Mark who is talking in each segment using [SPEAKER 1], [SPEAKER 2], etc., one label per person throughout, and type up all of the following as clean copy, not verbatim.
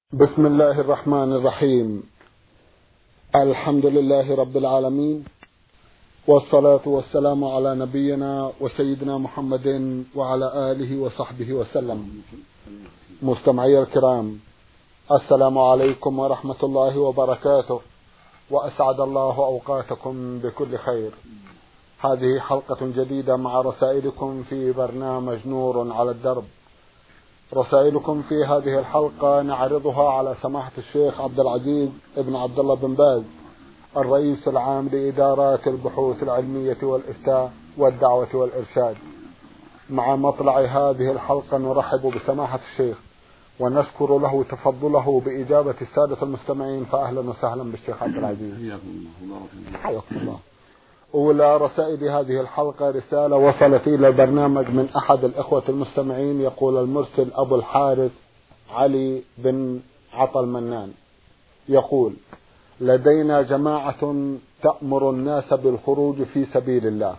[SPEAKER 1] بسم الله الرحمن الرحيم. الحمد لله رب العالمين، والصلاة والسلام على نبينا وسيدنا محمد وعلى آله وصحبه وسلم. مستمعي الكرام، السلام عليكم ورحمة الله وبركاته، وأسعد الله أوقاتكم بكل خير. هذه حلقة جديدة مع رسائلكم في برنامج نور على الدرب. رسائلكم في هذه الحلقة نعرضها على سماحة الشيخ عبد العزيز ابن عبد الله بن باز، الرئيس العام لإدارات البحوث العلمية والإفتاء والدعوة والإرشاد. مع مطلع هذه الحلقة نرحب بسماحة الشيخ ونشكر له تفضله بإجابة السادة المستمعين، فأهلا وسهلا بالشيخ عبد العزيز. حياكم الله. أولى رسائل هذه الحلقة رسالة وصلت إلى البرنامج من أحد الإخوة المستمعين، يقول المرسل أبو الحارث علي بن عطا المنان، يقول: لدينا جماعة تأمر الناس بالخروج في سبيل الله،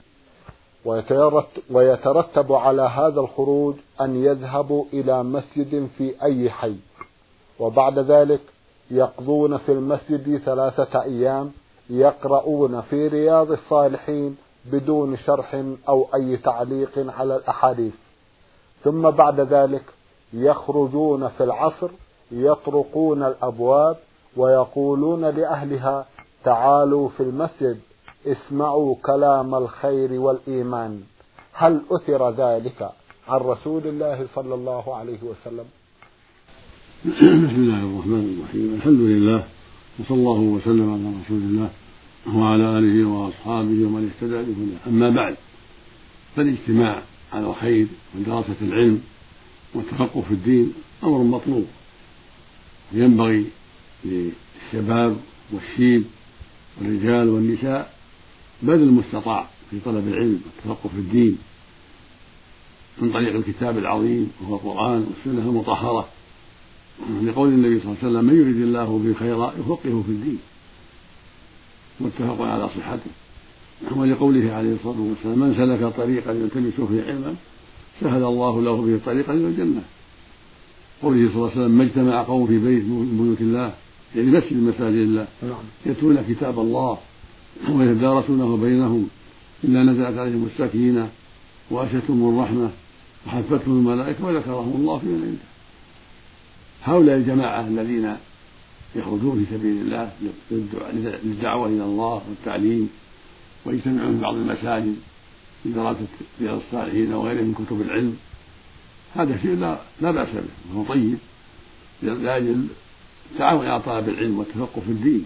[SPEAKER 1] ويترتب على هذا الخروج أن يذهبوا إلى مسجد في أي حي، وبعد ذلك يقضون في المسجد 3 أيام يقرؤون في رياض الصالحين بدون شرح أو أي تعليق على الأحاديث، ثم بعد ذلك يخرجون في العصر يطرقون الأبواب ويقولون لأهلها: تعالوا في المسجد اسمعوا كلام الخير والإيمان. هل أثر ذلك عن رسول الله صلى الله عليه وسلم؟
[SPEAKER 2] بسم الله الرحمن الرحيم. الحمد لله، وصلى الله وسلم على رسول الله وعلى آله وأصحابه ومن اهتدى بهداه. أما بعد، فالاجتماع على الخير ودراسة العلم والتفقه في الدين أمر مطلوب، ينبغي للشباب والشيب والرجال والنساء بذل المستطاع في طلب العلم والتفقه في الدين من طريق الكتاب العظيم وهو القرآن والسنة المطهرة، لقول النبي صلى الله عليه وسلم: من يريد الله به خيرا يفقهه في الدين، متفق على صحته. ولقوله عليه الصلاة والسلام: من سلك طريقا يلتمس فيه علما سهل الله له به طريقا إلى الجنة. قوله صلى الله عليه وسلم: ما اجتمع قوم في بيت من بيوت الله، يعني مسجد من مساجد الله، يتلون كتاب الله ويتدارسونه بينهم إلا نزلت عليهم السكينة وأشتهم الرحمة وحفتهم الملائكة وذكرهم الله في من عنده. هؤلاء الجماعة الذين يخرجون في سبيل الله للدعوة إلى الله والتعليم، ويجتمعون في بعض المساجد لدراسة رياض الصالحين وغيره من كتب العلم، هذا شيء لا بأس به وهو طيب لأجل التعاون على طلب العلم والتفقه في الدين.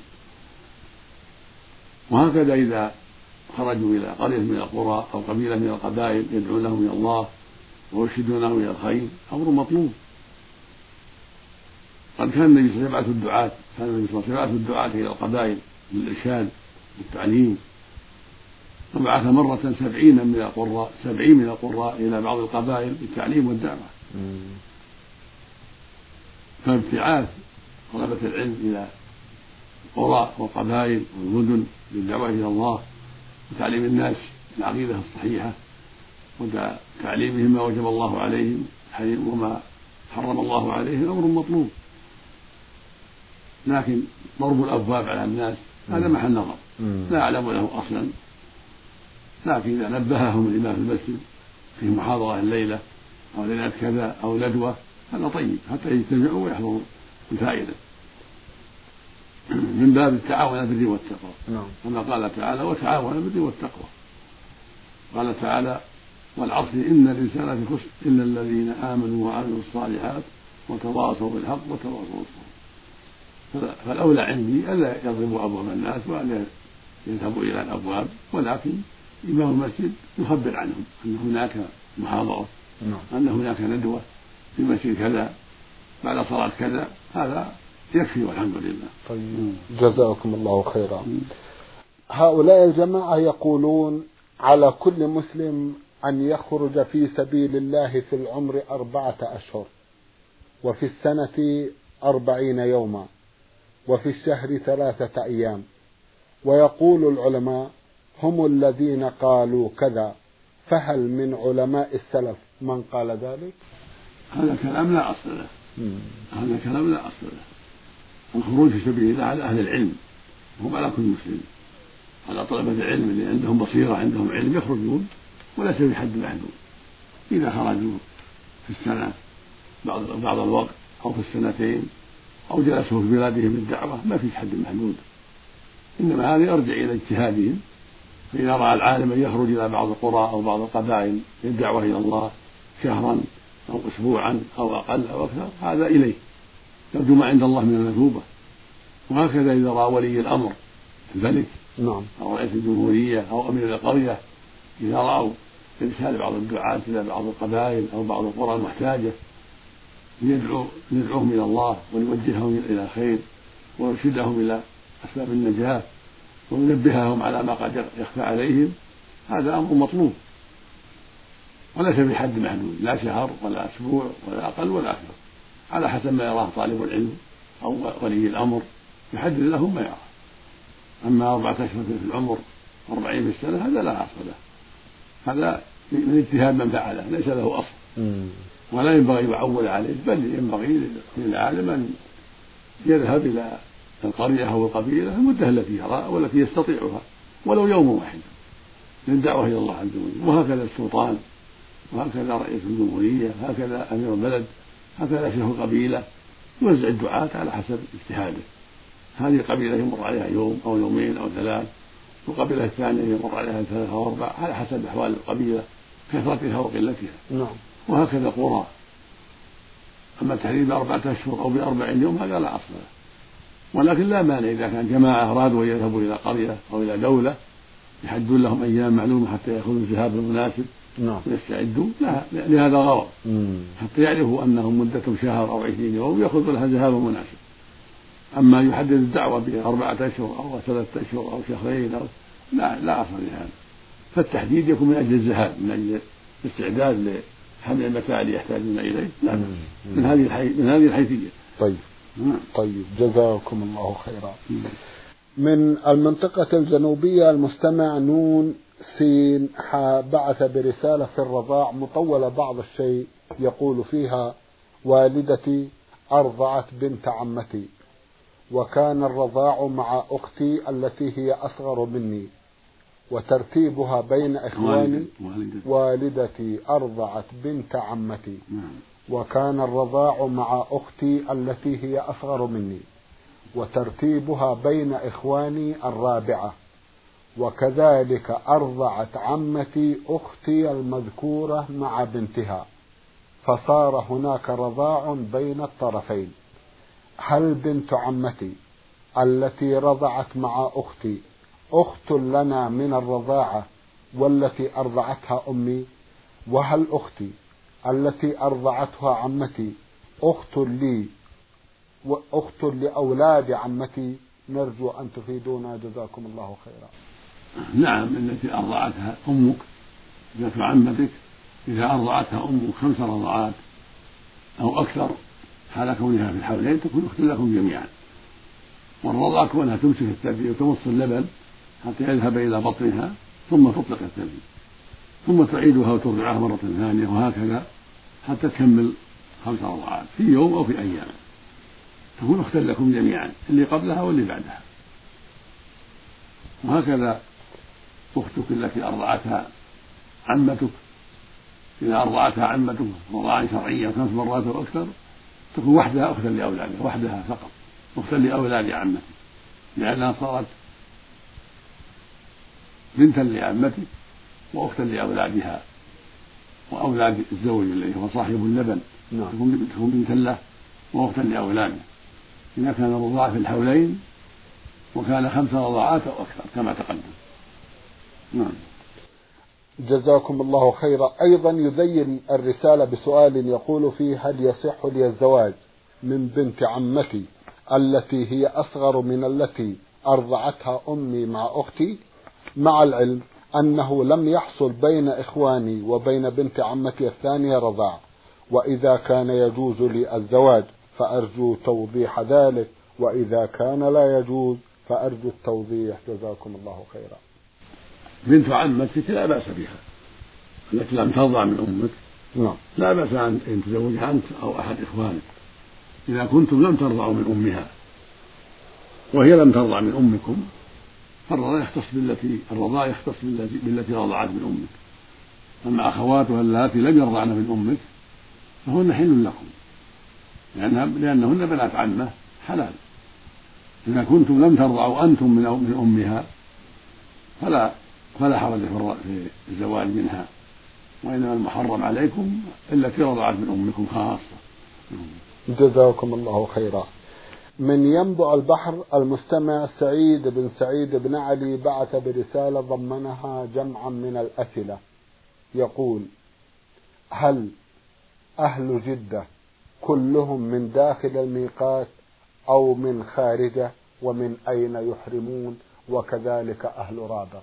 [SPEAKER 2] وهكذا إذا خرجوا إلى قرية من القرى أو قبيلة من القبائل يدعونهم إلى الله ويرشدونهم إلى الخير أمر مطلوب. قد كان النبي صلى الله عليه وسلم يبعث الدعاة إلى القبائل للإرشاد والتعليم، وبعث مرة 70 من القراء إلى بعض القبائل للتعليم والدعوة. فابتعاث طلبة العلم إلى القرى والقبائل والمدن للدعوة إلى الله وتعليم الناس العقيدة الصحيحة وتعليمهم ما وجب الله عليهم وما حرم الله عليهم أمر مطلوب. لكن ضرب الأبواب على الناس هذا محل نظر لا أعلم له أصلا، لكن إذا نبههم الإمام في المسجد في محاضرة الليلة أو ليلة كذا أو ندوة هذا طيب حتى يجتمعوا ويحضروا الفائدة من باب التعاون على البر والتقوى. كما قال تعالى: وتعاونوا على البر والتقوى. قال تعالى: والعصر إن الإنسان في خسر إلا الذين آمنوا وعملوا الصالحات وتواصوا بالحق وتواصوا بالصبر. فالأولى عندي ألا يضربوا أبواب الناس وألا يذهبوا إلى الأبواب، ولكن إمام المسجد يخبر عنهم أن هناك محاضرة، أن هناك ندوة في مسجد كذا بعد صلاة كذا، هذا يكفي والحمد لله.
[SPEAKER 1] طيب، جزاكم الله خيرا. هؤلاء الجماعة يقولون: على كل مسلم أن يخرج في سبيل الله في العمر 4 أشهر، وفي السنة 40 يوما، وفي الشهر 3 أيام. ويقول العلماء: هم الذين قالوا كذا، فهل من علماء السلف من قال ذلك؟
[SPEAKER 2] هذا كلام لا أصل له، هذا الكلام لا أصل له. الخروج في سبيل الله على أهل العلم وهم على كل مسلم، على طلبة العلم اللي عندهم بصيرة عندهم علم يخرجون وليس بحد محدود. إذا خرجوا في السنة بعض الوقت أو في السنتين أو جلسوا في بلادهم للدعوة ما في حد محدود، إنما هذا يرجع إلى اجتهادهم. فإذا رأى العالم أن يخرج إلى بعض القرى أو بعض القبائل للدعوة إلى الله شهرا أو أسبوعا أو أقل أو أكثر، هذا إليه يرجو ما عند الله من المثوبة. وهكذا إذا رأى ولي الأمر الملك أو رئيس الجمهورية أو أمير القرية، إذا رأوا إرسال بعض الدعاة إلى بعض القبائل أو بعض القرى المحتاجة ليدعوهم إلى الله ويوجههم إلى الخير ويرشدهم إلى أسباب النجاة وينبههم على ما قد يخفى عليهم، هذا أمر مطلوب وليس بحد محدود، لا شهر ولا أسبوع ولا أقل ولا أكثر، على حسب ما يراه طالب العلم أو ولي الأمر يحدد لهم ما يراه. أما 4 أشهر في العمر 40 في السنة هذا لا أصل له، هذا من اجتهاد من فعله ليس له أصل ولا ينبغي يعول عليه، بل ينبغي للعالم أن يذهب إلى القرية أو القبيلة المدة التي يرى والتي يستطيعها ولو يوم واحد للدعوة إلى الله عز وجل. وهكذا السلطان وهكذا رئيس الجمهورية هكذا أمير البلد هكذا شيخ القبيلة يوزع الدعاة على حسب اجتهاده. هذه القبيلة يمر عليها يوم أو يومين أو 3، والقبيلة الثانية يمر عليها 3 أو 4 على حسب أحوال القبيلة كثرتها وقلتها. وهكذا القرى. أما التحديد ب4 أشهر أو ب40 يوم هذا لا أصل له، ولكن لا مانع إذا كان جماعة أرادوا أن يذهبوا إلى قرية أو إلى دولة يحدون لهم أيام معلومة حتى يأخذوا الذهاب المناسب ويستعدوا لهذا الغرض حتى يعرفوا أنهم مدتهم شهر أو 20 يوم يأخذوا لها الذهاب المناسب. أما يحدد الدعوة ب4 أشهر أو 3 أشهر أو شهرين أو لا أصل لهذا، فالتحديد يكون من أجل الذهاب من أجل الاستعداد لحمل المتاع اللي يحتاجون إليه من هذه الحيثية.
[SPEAKER 1] طيب جزاكم الله خيرا. من المنطقة الجنوبية المستمع نون سين بعث برسالة في الرضاع مطولة بعض الشيء، يقول فيها: والدتي أرضعت بنت عمتي، وكان الرضاع مع أختي التي هي أصغر مني، وترتيبها بين إخواني. والدتي أرضعت بنت عمتي، وكان الرضاع مع أختي التي هي أصغر مني، وترتيبها بين إخواني 4، وكذلك أرضعت عمتي أختي المذكورة مع بنتها، فصار هناك رضاع بين الطرفين. هل بنت عمتي التي رضعت مع أختي أخت لنا من الرضاعة والتي أرضعتها أمي؟ وهل أختي التي أرضعتها عمتي أخت لي وأخت لأولاد عمتي؟ نرجو أن تفيدونا جزاكم الله خيرا.
[SPEAKER 2] نعم، التي أرضعتها أمك ذات عمتك إذا أرضعتها أمك 5 رضعات أو أكثر حال كونها في الحولين تكون أخت لكم جميعا. والرضع كونها تمسك الثدي وتمص اللبن حتى يذهب إلى بطنها ثم تطلق الثدي ثم تعيدها وترضعها مرة ثانية، وهكذا حتى تكمل 5 رضعات في يوم أو في أيام، تكون أختا لكم جميعا اللي قبلها واللي بعدها. وهكذا أختك التي أرضعتها عمتك إذا أرضعتها عمتك رضاعا شرعيا 5 مرات أو أكثر تكون وحدها أختا لأولادها، وحدها فقط أختا لأولاد عمتك، لأنها صارت بنتا لعمتك وأختا لأولادها وأولاد الزوج الذي هو صاحب اللبن. تكون بنتا له وأختا لأولاده إذا كان الرضاع في الحولين وكان 5 رضاعات أو أكثر كما تقدم.
[SPEAKER 1] جزاكم الله خيرا. أيضا يزين الرسالة بسؤال يقول فيه: هل يصح لي الزواج من بنت عمتي التي هي أصغر من التي أرضعتها أمي مع أختي، مع العلم أنه لم يحصل بين إخواني وبين بنت عمتي الثانية رضاع، وإذا كان يجوز لي الزواج فأرجو توضيح ذلك، وإذا كان لا يجوز فأرجو التوضيح جزاكم الله خيرا.
[SPEAKER 2] بنت عمتك لا بأس بها التي لم ترضع من أمك، لا بأس أن تزوجها أنت أو أحد إخوانك إذا كنتم لم ترضعوا من أمها وهي لم ترضع من أمكم الرضاع يختص بالتي رضعت من أمك. أما أخواتها اللاتي لم يرضعن من أمك فهن حل لكم لأنهن بنات عمة حلال. إذا كنتم لم ترضعوا أنتم من أمها فلا حرج في الزواج منها، وإنما المحرم عليكم التي رضعت من أمكم خاصة.
[SPEAKER 1] جزاكم الله خيرا. من ينبع البحر المستمع سعيد بن سعيد بن علي بعث برسالة ضمنها جمعا من الأسئلة، يقول: هل أهل جدة كلهم من داخل الميقات أو من خارجه؟ ومن أين يحرمون؟ وكذلك أهل رابغ.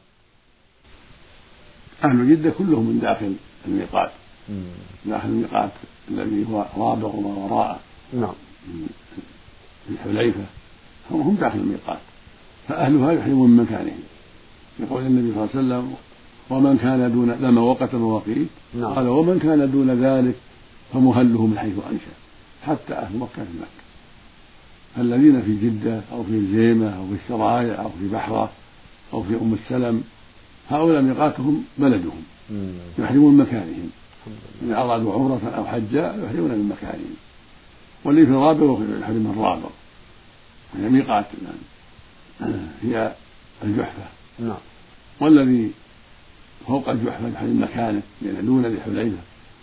[SPEAKER 2] أهل جدة كلهم من داخل الميقات، داخل الميقات الذي هو رابغ وما وراءه، نعم، الحليفة هم داخل الميقات، فأهلها يحرمون من مكانهم، يقول النبي صلى الله عليه وسلم: ومن كان دون لما وقت مواقيت، نعم، قال: ومن كان دون ذلك فمهله من حيث أنشأ، حتى أهل مكة في مكة. فالذين في جدة أو في الزيمة أو في الشرايع أو في بحرة أو في أم السلم هؤلاء ميقاتهم بلدهم، يحرمون مكانهم. إن أرادوا عمرة أو حجا يحرمون من مكانهم. واللي في الرابغ يحرم من الرابغ، هي ميقات هي الجحفة، نعم. والذي فوق الجحفة يحرم مكانه لأن دون ذي حليفة.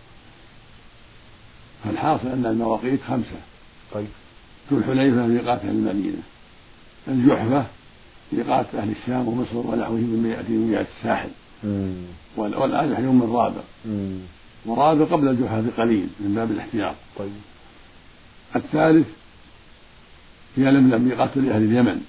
[SPEAKER 2] فالحاصل أن المواقيت 5. طيب. ذو الحليفة ميقات أهل المدينة، الجحفة ميقات أهل الشام ومصر ونحوهم من ميقات الساحل، والآن يحرمون من رابغ، ورابغ قبل الجحفة بقليل من باب الاحتياط. طيب. الثالث هي لملم ميقات لأهل اليمن.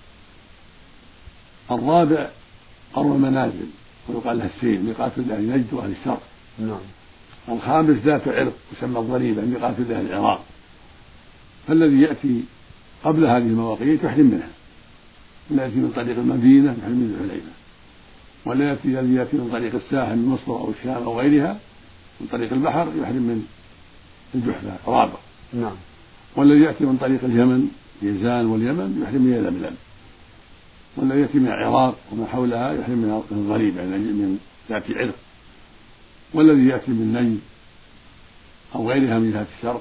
[SPEAKER 2] الرابع قرن المنازل ويقال لها السيل ميقات لأهل نجد وأهل الشرق. نعم. الخامس ذات عرق يسمى الضريبة ميقات لأهل العراق. فالذي يأتي قبل هذه المواقيت يحرم منها، الذي يأتي من طريق المدينة يحرم من الحليفة، والذي يأتي من طريق الساحل من مصر أو الشام أو غيرها من طريق البحر يحرم من الجحفة رابغ. نعم. والذي يأتي من طريق اليمن يزان واليمن يحرم من يلملم، والذي يأتي من العراق وما حولها يحرم من الضريبة من ذات عرق، والذي يأتي من نجد أو غيرها من جهة الشرق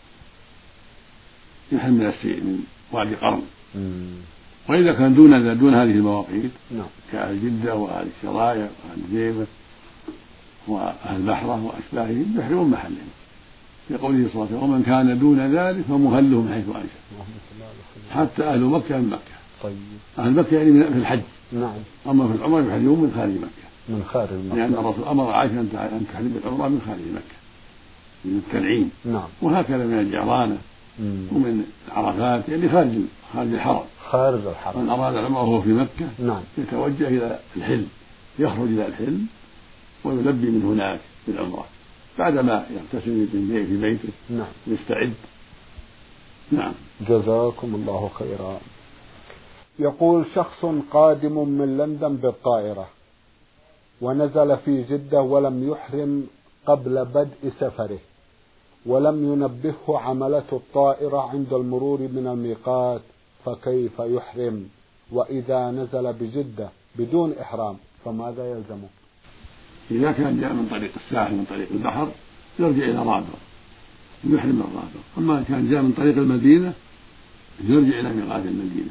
[SPEAKER 2] يحرم من السيل من وادي قرن. وإذا كان دون هذه المواقيت، نعم، كأهل جدة وأهل الشرايع وأهل زيمة وأهل بحرة وأشباههم يحرمون محلهم، يقوله صلى الله عليه وسلم: ومن كان دون ذلك فمهله من حيث أنشأ، حتى أهل مكة من مكة. طيب. أهل مكة يعني في الحج، نعم. أما في العمرة يحرمون من خارج مكة، من خارج مكة، لأن الرسول أمر عائشة أن تحرم بالعمرة من خارج مكة من التنعيم، نعم. وهكذا من الجعرانة ومن عرفات يعني خارج الحرم، من أراد العمرة وهو في مكة، نعم، يتوجه إلى الحل، يخرج إلى الحل ويلبي من هناك بالعمرة بعدما يغتسل في بيته، نعم، يستعد. نعم.
[SPEAKER 1] جزاكم الله خيرا. يقول: شخص قادم من لندن بالطائرة ونزل في جدة ولم يحرم قبل بدء سفره، ولم ينبهه عملة الطائرة عند المرور من الميقات، فكيف يحرم؟ وإذا نزل بجدة بدون إحرام فماذا يلزمه؟
[SPEAKER 2] إذا كان جاء من طريق الساحل من طريق البحر يرجع إلى رابغ يحرم الرابغ. أما كان جاء من طريق المدينة يرجع إلى ميقات المدينة.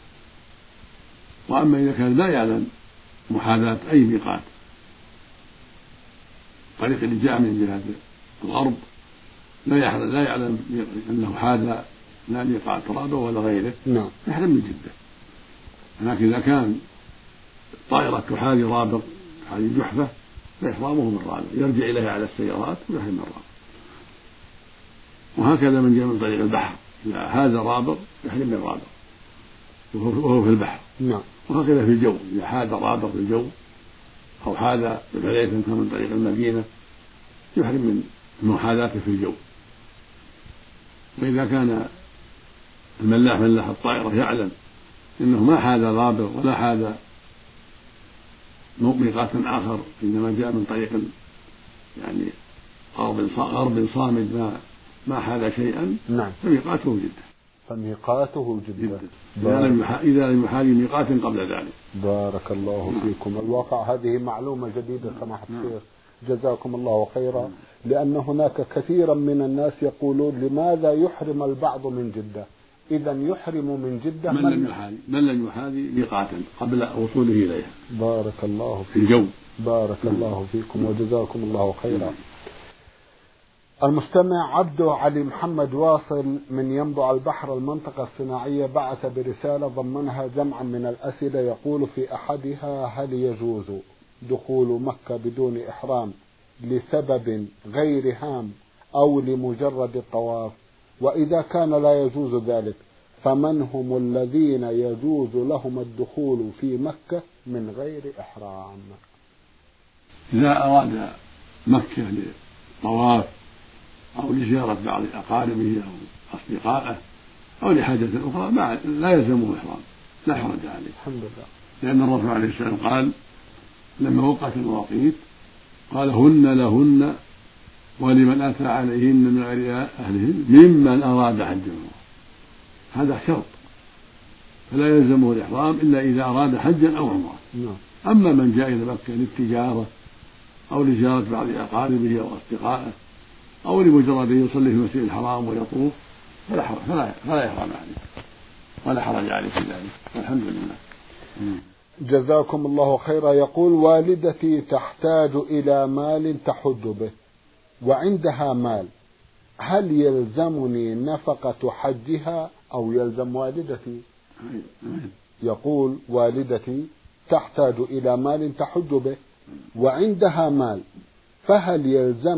[SPEAKER 2] وأما إذا كان لا يعلم محاذاة أي ميقات، طريق اللي جاء من جهة الغرب لا يعلم أنه حاذى لا ميقات رابغ ولا غيره، نعم، يحرم من جدة. لكن إذا كان الطائرة تحاذي رابغ تحاذي جحفة فإحرامه من رابغ، يرجع إليها على السيارات ويحرم من رابغ. وهكذا من جاء من طريق البحر إذا هذا رابغ يحرم من رابغ وهو في البحر، نعم. وهكذا في الجو إذا حاذى رابغ في الجو أو حاذى بالحليفة من طريق المدينة يحرم من محاذاته في الجو. وإذا كان الملاح ملاح الطائرة يعلم أنه ما حاذى رابغ ولا حاذى ميقات آخر، إنما جاء من طريق يعني غرب صامد ما حال شيئا
[SPEAKER 1] نعم
[SPEAKER 2] فميقاته جدة.
[SPEAKER 1] فميقاته جدة
[SPEAKER 2] إذا لم يحال ميقات قبل ذلك.
[SPEAKER 1] بارك الله فيكم. الواقع هذه معلومة جديدة سماحة الشيخ، جزاكم الله خيرا. لأن هناك كثيرا من الناس يقولون لماذا يحرم البعض من جدة؟ إذا يحرم من جدة
[SPEAKER 2] من لم يحال ميقاتا قبل وصوله إليها.
[SPEAKER 1] بارك الله
[SPEAKER 2] في الجو.
[SPEAKER 1] بارك الله فيكم وجزاكم الله خيرا. المستمع عبده علي محمد واصل من ينبع البحر المنطقة الصناعية بعث برسالة ضمنها جمعا من الأسئلة، يقول في أحدها: هل يجوز دخول مكة بدون إحرام لسبب غير هام أو لمجرد الطواف؟ وإذا كان لا يجوز ذلك فمن هم الذين يجوز لهم الدخول في مكة من غير إحرام؟
[SPEAKER 2] إذا أراد مكة للطواف أو لزيارة بعض أقاربه أو أصدقائه أو لحاجة أخرى لا يلزمه إحرام، لا حرج عليه.
[SPEAKER 1] الحمد لله.
[SPEAKER 2] لأن الرسول عليه السلام قال لما وقعت المواقيت قال: هن لهن ولمن أتى عليهن من غير أهلهن ممن أراد حجا. هذا شرط، فلا يلزمه الإحرام إلا إذا أراد حجا أو عمرة. أما من جاء إلى مكة للتجارة أو لزيارة بعض أقاربه أو أصدقائه أو لمجرد يصلي في المسجد الحرام ويطوف فلا يحرم عليه ولا حرج عليه في ذلك، والحمد لله.
[SPEAKER 1] جزاكم الله خيرا. يقول: والدتي تحتاج إلى مال تحج به وعندها مال، هل يلزمني نفقة حجها أو يلزم والدتي؟ يقول: والدتي تحتاج إلى مال تحج به وعندها مال، فهل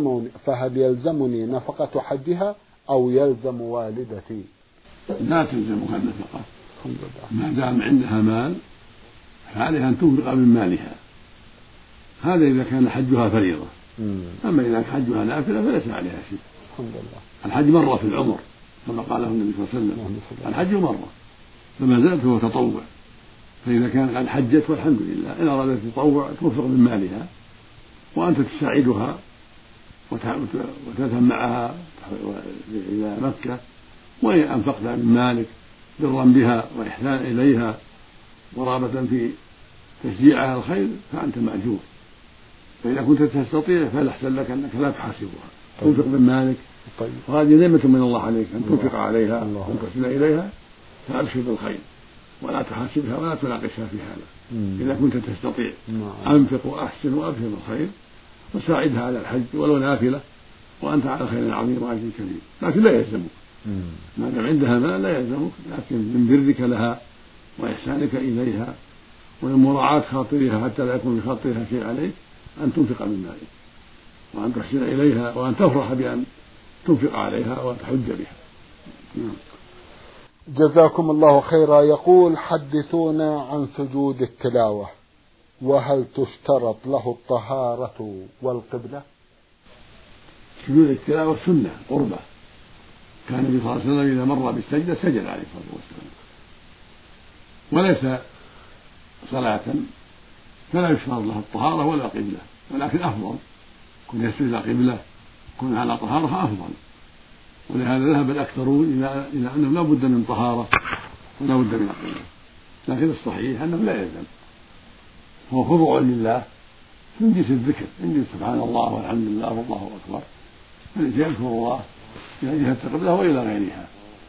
[SPEAKER 1] يلزمني نفقة حجها أو يلزم والدتي؟
[SPEAKER 2] لا تلزمها النفقة ما دام عندها مال، فعليها أن تنفق من مالها. هذا إذا كان حجها فريضة. أما إذا كان حجها نافلة فليس عليها شيء.
[SPEAKER 1] الحمد لله.
[SPEAKER 2] الحج مرة في العمر كما قاله النبي صلى الله عليه وسلم، الحج مرة، فما زالت هو تطوع. فإذا كان قد حجت والحمد لله، إن أرادت تطوع تنفق من مالها وأنت تساعدها وتذهب معها إلى مكة، وإن أنفقت من مالك برا بها وإحسان إليها ورغبة في تشجيعها الخير فأنت مأجور. فإذا كنت تستطيع فالأحسن لك أنك لا تحاسبها، تنفق من مالك. وهذه نعمة من الله عليك أن تنفق عليها وتحسن إليها، فأبشر بالخير ولا تحاسبها ولا تناقشها في هذا. إذا كنت تستطيع أنفق وأحسن وأبشر بالخير وساعدها على الحج ولو نافلة وأنت على خير عظيم وأجر كبير، لكن لا يلزمك ما دام عندها مال، لا يلزمك، لكن من برك لها وإحسانك إليها ومن مراعاة خاطرها حتى لا يكون بخاطرها شيء عليك أن تنفق من مالك وأن تحسن إليها وأن تفرح بأن تنفق عليها وتحج بها.
[SPEAKER 1] جزاكم الله خيرا. يقول: حدثونا عن سجود التلاوة، وهل تشترط له الطهارة والقبلة؟
[SPEAKER 2] سجود التلاوة سنة قربة، كان النبي صلى الله عليه وسلم إذا مر بالسجدة سجد عليه الصلاة والسلام، وليس صلاة فلا يشترط له الطهارة ولا القبلة، ولكن أفضل كن يسجد إلى قبلة كن على طهارة أفضل. ولهذا ذهب الأكثرون إلى أنه لا بد من طهارة ولا بد من القبلة، لكن الصحيح أنه لا يلزم، هو خضوع لله من جنس الذكر، من جنس سبحان الله والحمد لله والله أكبر، فيذكر الله إلى جهة القبلة وإلى غيرها،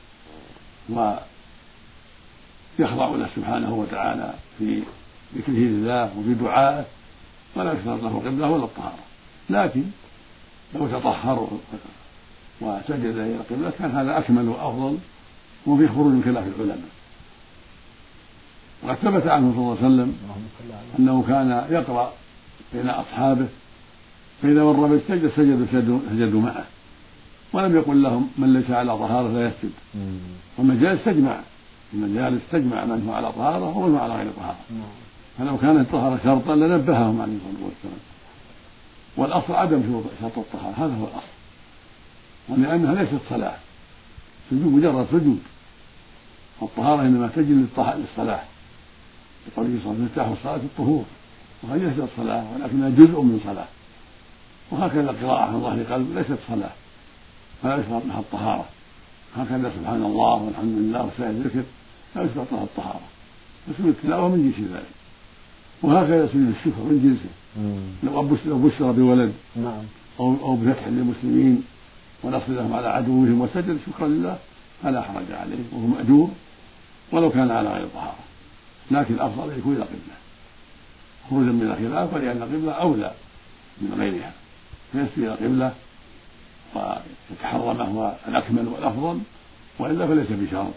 [SPEAKER 2] ويخضع له سبحانه وتعالى في ذكره لله وفي دعائه، ولا يشترط له القبلة ولا الطهارة. لكن لو تطهر وسجد إلى القبلة كان هذا أكمل وأفضل وفيه خروج من خلاف العلماء. وقد ثبت عنه صلى الله عليه وسلم أنه كان يقرأ بين أصحابه فإذا مر بالسجدة سجدوا معه، ولم يقل لهم من ليس على طهارة لا يسجد. والمجالس تجمع من هو على طهارة ومن هو على غير طهارة، فلو كانت الطهارة شرطا لنبههم عليه الصلاة والسلام. والأصل عدم شرط الطهارة، هذا هو الأصل، ولأنها ليست صلاة، سجود مجرد سجود، والطهارة إنما تجي للصلاة، لقوله صلى الله عليه وسلم مفتاح الصلاة الطهور، وهذه ليست صلاة ولكنها جزء من صلاة. وهكذا القراءة عن ظهر قلب ليست صلاة فلا يشترط لها الطهارة، هكذا سبحان الله والحمد لله وسائر الذكر لا يشترط لها الطهارة، وسجود التلاوة من جنس ذلك، وهكذا سجود الشكر من جنسه. لو بشر بولد أو بفتح للمسلمين ونصر لهم على عدوهم وسجد شكرا لله فلا حرج عليه وهو مأجور ولو كان على غير طهارة، لكن الأفضل يكون إلى قبلة خروجا من الخلاف، ولأن القبلة أولى من غيرها، فيسجد إلى القبلة ويتحرى هو الأكمل والأفضل، وإلا فليس بشرط.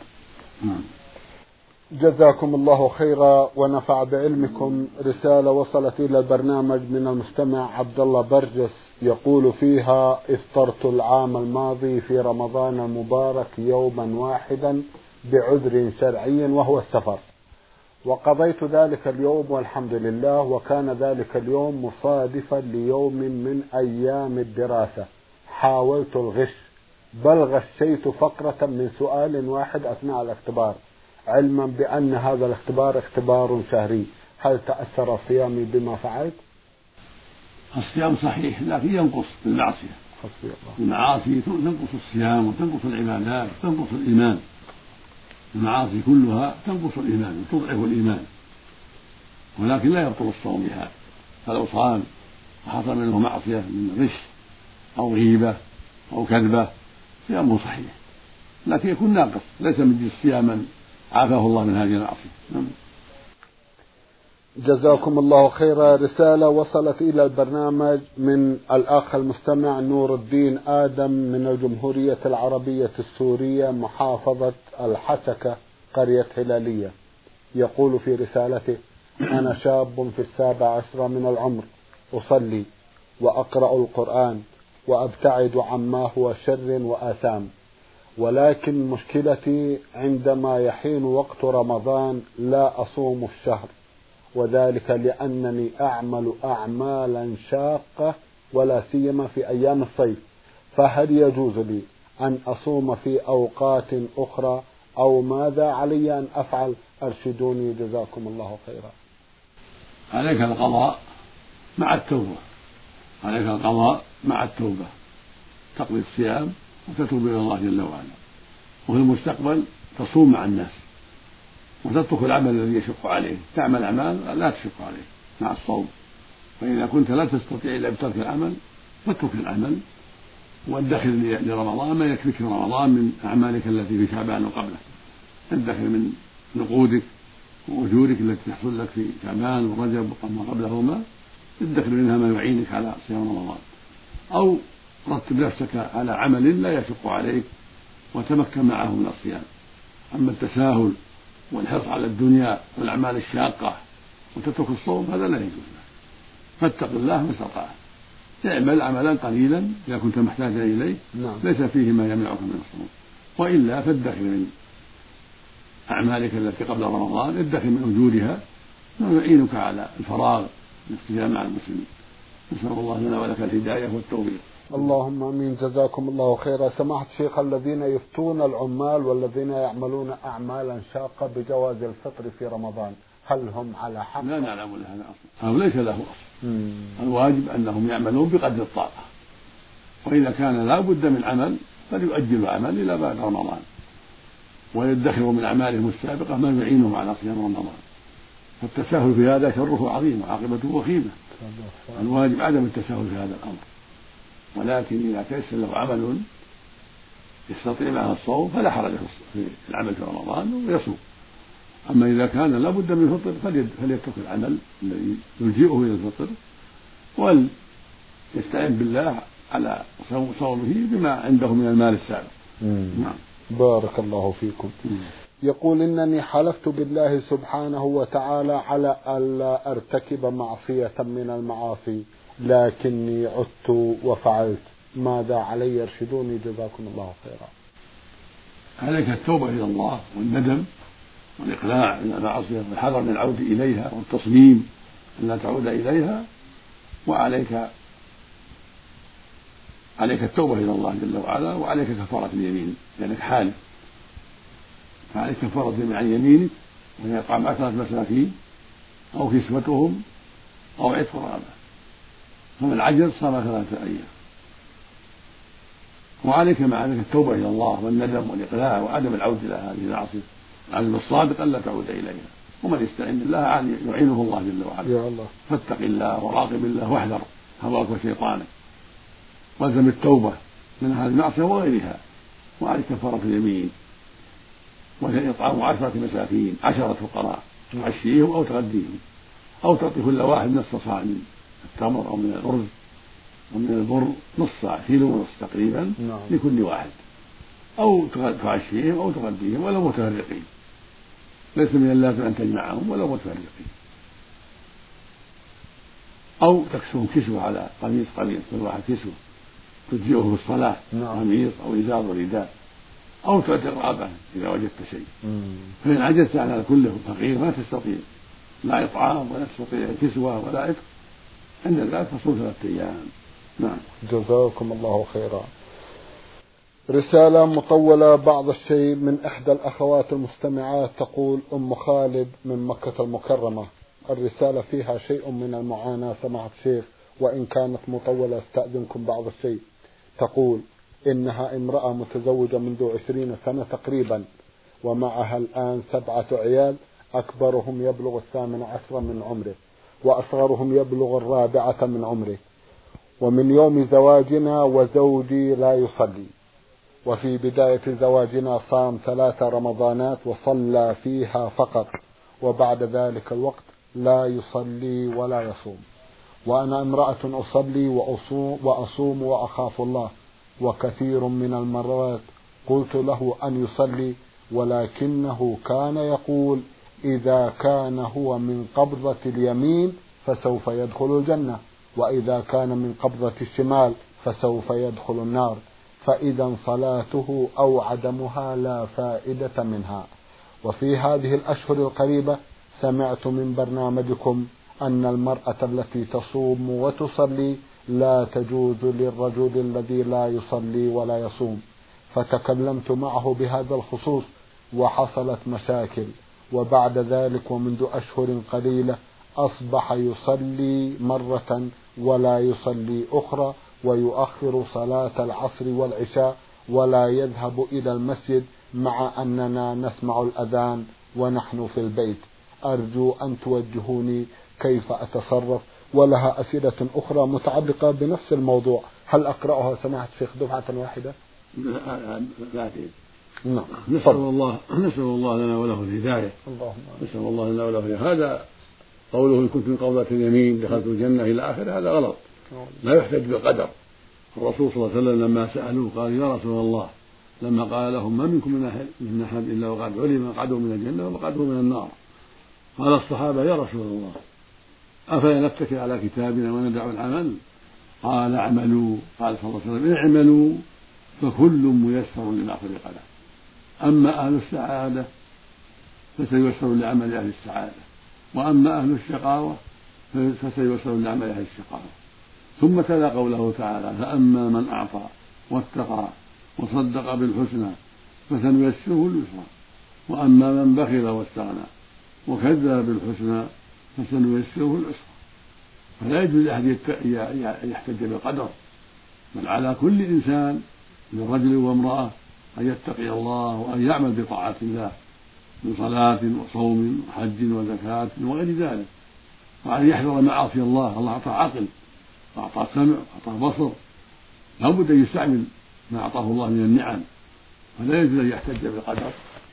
[SPEAKER 1] جزاكم الله خيرا ونفع بعلمكم. رسالة وصلت إلى البرنامج من المستمع عبد الله برجس يقول فيها: افطرت العام الماضي في رمضان المبارك يوما واحدا بعذر شرعي وهو السفر، وقضيت ذلك اليوم والحمد لله، وكان ذلك اليوم مصادفا ليوم من أيام الدراسة. حاولت الغش بل غشيت فقرة من سؤال واحد أثناء الاختبار، علما بأن هذا الاختبار اختبار شهري. هل تأثر صيامي بما فعلت؟
[SPEAKER 2] الصيام صحيح لكن ينقص بالمعصية، المعاصي تنقص الصيام وتنقص العبادات وتنقص الإيمان، المعاصي كلها تنقص الإيمان وتضعف الإيمان، ولكن لا يبطل الصوم بها. فلو صام وحصل منه معصية من غش أو غيبة أو كذبة صيامه صحيح، لكن يكون ناقص ليس من جنس صيام من عافاه الله من هذه المعصية.
[SPEAKER 1] جزاكم الله خيرا. رسالة وصلت إلى البرنامج من الأخ المستمع نور الدين آدم من الجمهورية العربية السورية، محافظة الحسكة، قرية هلالية، يقول في رسالته: أنا شاب في 17 من العمر، أصلي وأقرأ القرآن وأبتعد عما هو شر وآثام، ولكن مشكلتي عندما يحين وقت رمضان لا أصوم الشهر، وذلك لأنني أعمل أعمالا شاقة ولا سيما في أيام الصيف، فهل يجوز لي أن أصوم في أوقات أخرى أو ماذا علي أن أفعل؟ أرشدوني جزاكم الله خيرا.
[SPEAKER 2] عليك القضاء مع التوبة، عليك القضاء مع التوبة، تقضي الصيام وتتوب إلى الله جل وعلا، وفي المستقبل تصوم مع الناس وتترك العمل الذي يشق عليه، تعمل أعمال لا تشق عليه مع الصوم، فإذا كنت لا تستطيع إلا بترك العمل فاترك العمل وادخر لرمضان ما يكفيك في رمضان من أعمالك التي في شعبان وقبله، ادخر من نقودك وأجورك التي تحصل لك في شعبان ورجب وما قبلهما، ادخر منها ما يعينك على صيام رمضان، أو رتب نفسك على عمل لا يشق عليك وتمكن معه من الصيام. أما التساهل والحرص على الدنيا والأعمال الشاقة وتترك الصوم هذا لا يجوز لك، فاتق الله ما استطعت، اعمل عملا قليلا إذا كنت محتاجا إليه ليس فيه ما يمنعك من الصوم، وإلا فادخر من أعمالك التي قبل رمضان، ادخر من أجورها ما يعينك على الفراغ من الصيام مع المسلمين. نسأل الله لنا ولك الهداية والتوفيق.
[SPEAKER 1] اللهم امين. جزاكم الله خيرا. سماحة الشيخ، الذين يفتون العمال والذين يعملون اعمالا شاقة بجواز الفطر في رمضان هل هم على حق؟
[SPEAKER 2] لا نعلم لهذا اصلا، او ليس له اصل. الواجب انهم يعملون بقدر الطاقة، واذا كان لا بد من عمل فليؤجلوا عمل الى بعد رمضان ويدخروا من اعمالهم السابقة ما يعينهم على صيام رمضان، فالتساهل في هذا شره عظيم وعاقبته وخيمة. الواجب عدم التساهل في هذا الامر، ولكن إذا تيسر له عمل يستطيع معه الصوم فلا حرج في العمل في رمضان ويصوم. أما إذا كان لا بد من الفطر فليترك العمل الذي يلجئه إلى الفطر وليستعين بالله على صومه بما عنده من المال السابق.
[SPEAKER 1] نعم. بارك الله فيكم. يقول: إنني حلفت بالله سبحانه وتعالى على ألا أرتكب معصية من المعاصي لكني عدت وفعلت، ماذا علي؟ ارشدوني جزاكم الله خيرا.
[SPEAKER 2] عليك التوبة إلى الله والندم والإقلاع من المعصية والحذر من العودة إليها والتصميم أن لا تعود إليها، وعليك التوبة إلى الله جل وعلا، وعليك كفارة اليمين لأنك حالف، فعليك كفارة عن يمينك وهي إطعام 10 مساكين أو كسوتهم أو عتق رقبة، فمن عجز صام 3 أيام وعليك مع ذلك التوبة إلى الله والندم والإقلاع وعدم العودة إلى هذه المعاصي، العزم الصادق ألا تعود إليها. ومن يستعين بالله يعينه الله جل وعلا.
[SPEAKER 1] يا الله. فاتق
[SPEAKER 2] الله وراقب الله واحذر هواك وشيطانك، والزم التوبة من هذه المعصية وغيرها. وعليك كفارة اليمين، وهي إطعام 10 مساكين 10 فقراء تعشيهم أو تغديهم، أو تعطي كل واحد نصف صاع من التمر أو من الأرز ومن البر نص صاع كيلو ونص تقريبا لكل واحد، أو تعشيهم أو تغديهم ولو متفرقين، ليس من اللازم أن تجمعهم ولو متفرقين. أو تكسوهم كسوة على قميص كل واحد كسوة تجزئه في الصلاة، قميص أو إزار ورداء، أو تعطي رقبة إذا وجدت شيء. فإن عجزت على كله فقير ما تستطيع لا إطعام ولا تستطيع كسوة ولا عتق، عند ذلك تصوم 3 أيام. نعم.
[SPEAKER 1] جزاكم الله خيرا. رسالة مطولة بعض الشيء من إحدى الأخوات المستمعات، تقول أم خالد من مكة المكرمة. الرسالة فيها شيء من المعاناة سماحة الشيخ، وإن كانت مطولة استأذنكم بعض الشيء. تقول إنها امرأة متزوجة منذ 20 سنة تقريبا، ومعها الآن 7 عيال، أكبرهم يبلغ 18 من عمره، وأصغرهم يبلغ 4 من عمره. ومن يوم زواجنا وزوجي لا يصلي، وفي بداية زواجنا صام 3 رمضانات وصلى فيها فقط، وبعد ذلك الوقت لا يصلي ولا يصوم. وأنا امرأة أصلي وأصوم وأخاف الله، وكثير من المرات قلت له أن يصلي، ولكنه كان يقول إذا كان هو من قبضة اليمين فسوف يدخل الجنة، وإذا كان من قبضة الشمال فسوف يدخل النار، فإذا صلاته أو عدمها لا فائدة منها. وفي هذه الأشهر القريبة سمعت من برنامجكم أن المرأة التي تصوم وتصلي لا تجوز للرجل الذي لا يصلي ولا يصوم، فتكلمت معه بهذا الخصوص وحصلت مشاكل، وبعد ذلك ومنذ أشهر قليلة أصبح يصلي مرة ولا يصلي أخرى، ويؤخر صلاة العصر والعشاء ولا يذهب إلى المسجد، مع أننا نسمع الأذان ونحن في البيت. أرجو أن توجهوني كيف أتصرف. ولها أسئلة أخرى متعلقة بنفس الموضوع، هل أقرأها سماحة الشيخ دفعة واحدة؟
[SPEAKER 2] لا.
[SPEAKER 1] نعم.
[SPEAKER 2] نسأل الله لنا وله الهداية. نسأل الله لنا وله الهداية. هذا قوله إن كنت من قبضة اليمين دخلت الجنة إلى آخره، هذا غلط، لا يحتج بالقدر. الرسول صلى الله عليه وسلم لما سألوه قال يا رسول الله، لما قال لهم ما منكم من أحد إلا وقد علم مقعده من الجنة ومقعده من النار، قال الصحابة يا رسول الله أفلا نتكل على كتابنا وندع العمل؟ قال اعملوا. قال صلى الله عليه وسلم اعملوا فكل ميسر لما خلق له، أما أهل السعادة فسييسر لعمل أهل السعادة، وأما أهل الشقاوة فسييسر لعمل أهل الشقاوة. ثم تلا قوله تعالى فأما من أعطى واتقى وصدق بالحسنى فسنيسره اليسرى، وأما من بخل واستغنى وكذب بالحسنى فسنيسره العسرى. فلا يجوز أحد يحتج بالقدر، بل على كل إنسان من رجل وامرأة أن يتقي الله وأن يعمل بطاعة الله من صلاة وصوم وحج وزكاة وغير ذلك، وأن يحذر معاصي الله. الله أعطاه عقل وأعطاه سمع وأعطاه بصر، لا بد أن يستعمل ما أعطاه الله من النعم، فلا يجوز أن يحتج بالقدر.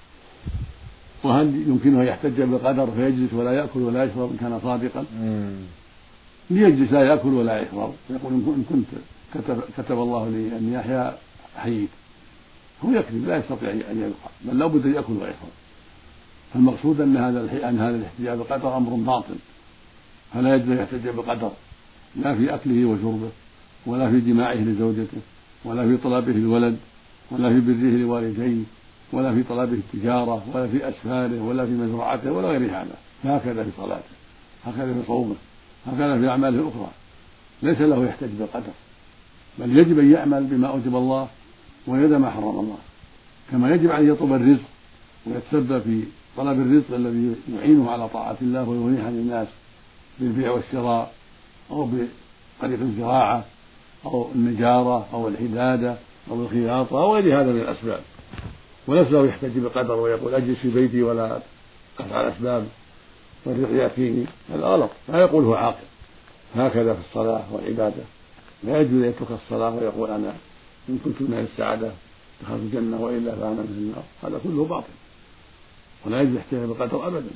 [SPEAKER 2] وهل يمكنه أن يحتج بالقدر فيجلس ولا يأكل ولا يشرب إن كان صادقا؟ ليجلس لا يأكل ولا يشرب، يقول إن كنت كتب الله لي أن يحيا حييت، هو يكذب لا يستطيع أن يبقى، بل لا بد أن يأكل ويشرب. فالمقصود أن هذا الاحتجاج بالقدر أمر باطل، فلا يجوز أن يحتج بالقدر لا في أكله وشربه، ولا في جماعه لزوجته، ولا في طلبه الولد، ولا في بره لوالديه، ولا في طلبه التجارة، ولا في أسفاره، ولا في مزرعته، ولا غير هذا. فهكذا في صلاته، هكذا في صومه، هكذا في أعماله الأخرى، ليس له يحتج بالقدر، بل يجب أن يعمل بما أوجب الله ويدع ما حرم الله، كما يجب أن يطلب الرزق ويتسبب في طلب الرزق الذي يعينه على طاعة الله ويغنيه عن الناس بالبيع والشراء، أو بطريق الزراعة أو النجارة أو الحدادة وبالخياطة وغير هذا من الأسباب، وليس له يحتج بقدر ويقول أجلس في بيتي ولا أفعل الأسباب والرزق يأتيني، هذا غلط. لا يقول هو عاقل هكذا في الصلاة والعبادة، لا يجوز أن يترك الصلاة ويقول أنا إن كنت من السعادة دخلت الجنة وإلا فأنا من النار، هذا كله باطل، ولا يجوز يحتج بقدر أبدا.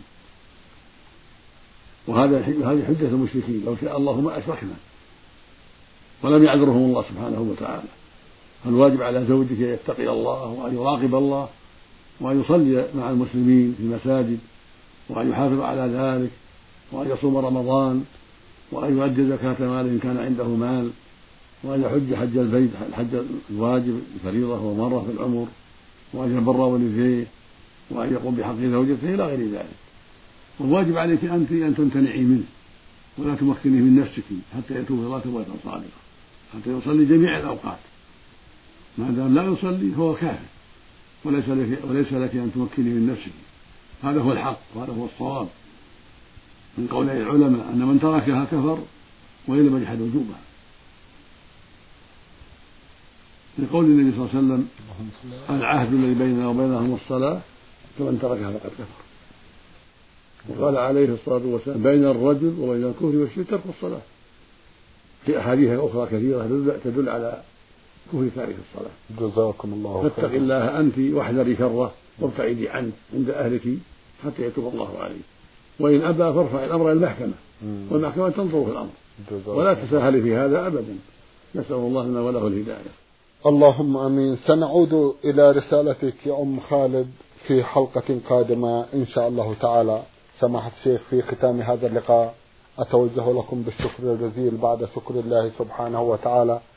[SPEAKER 2] وهذه حجة المشركين، لو شاء الله ما أشركنا، ولم يعذرهم الله سبحانه وتعالى. فالواجب على زوجك أن يتقي الله وأن يراقب الله وأن يصلي مع المسلمين في المساجد وأن يحافظ على ذلك وأن يصوم رمضان وأن يؤدي زكاة ماله إن كان عنده مال وأن يحج حج البيت الحج الواجب الفريضة هو مرة في العمر وأن يبر والديه وأن يقوم بحق زوجته إلى غير ذلك. والواجب عليك أنت أن تمتنعي منه ولا تمكنيه من نفسك حتى يتوب إلى الله توبة صادقة، حتى يصلي جميع الأوقات. ما دام لا يصلي فهو كافر، وليس لك أن تمكنيه من نفسك. هذا هو الحق وهذا هو الصواب من قول العلماء أن من تركها كفر وإن لم يجحد وجوبها، لقول النبي صلى الله عليه وسلم العهد الذي بيننا وبينهم الصلاة فمن تركها فقد كفر. وقال عليه الصلاة والسلام بين الرجل وبين الكفر والشرك ترك الصلاة، في أحاديث أخرى كثيرة تدل على كفر تارك الصلاة.
[SPEAKER 1] جزاكم الله خيرا.
[SPEAKER 2] فاتق الله أنت واحذري شره وابتعدي عنه عند أهلك حتى يتوب الله عليه، وإن أبى فارفع الأمر إلى المحكمة والمحكمة تنظر في الأمر ولا تساهل في هذا أبدا. نسأل الله لنا وله الهداية.
[SPEAKER 1] اللهم آمين. سنعود إلى رسالتك يا أم خالد في حلقة قادمة إن شاء الله تعالى. سماحة الشيخ، في ختام هذا اللقاء أتوجه لكم بالشكر الجزيل بعد شكر الله سبحانه وتعالى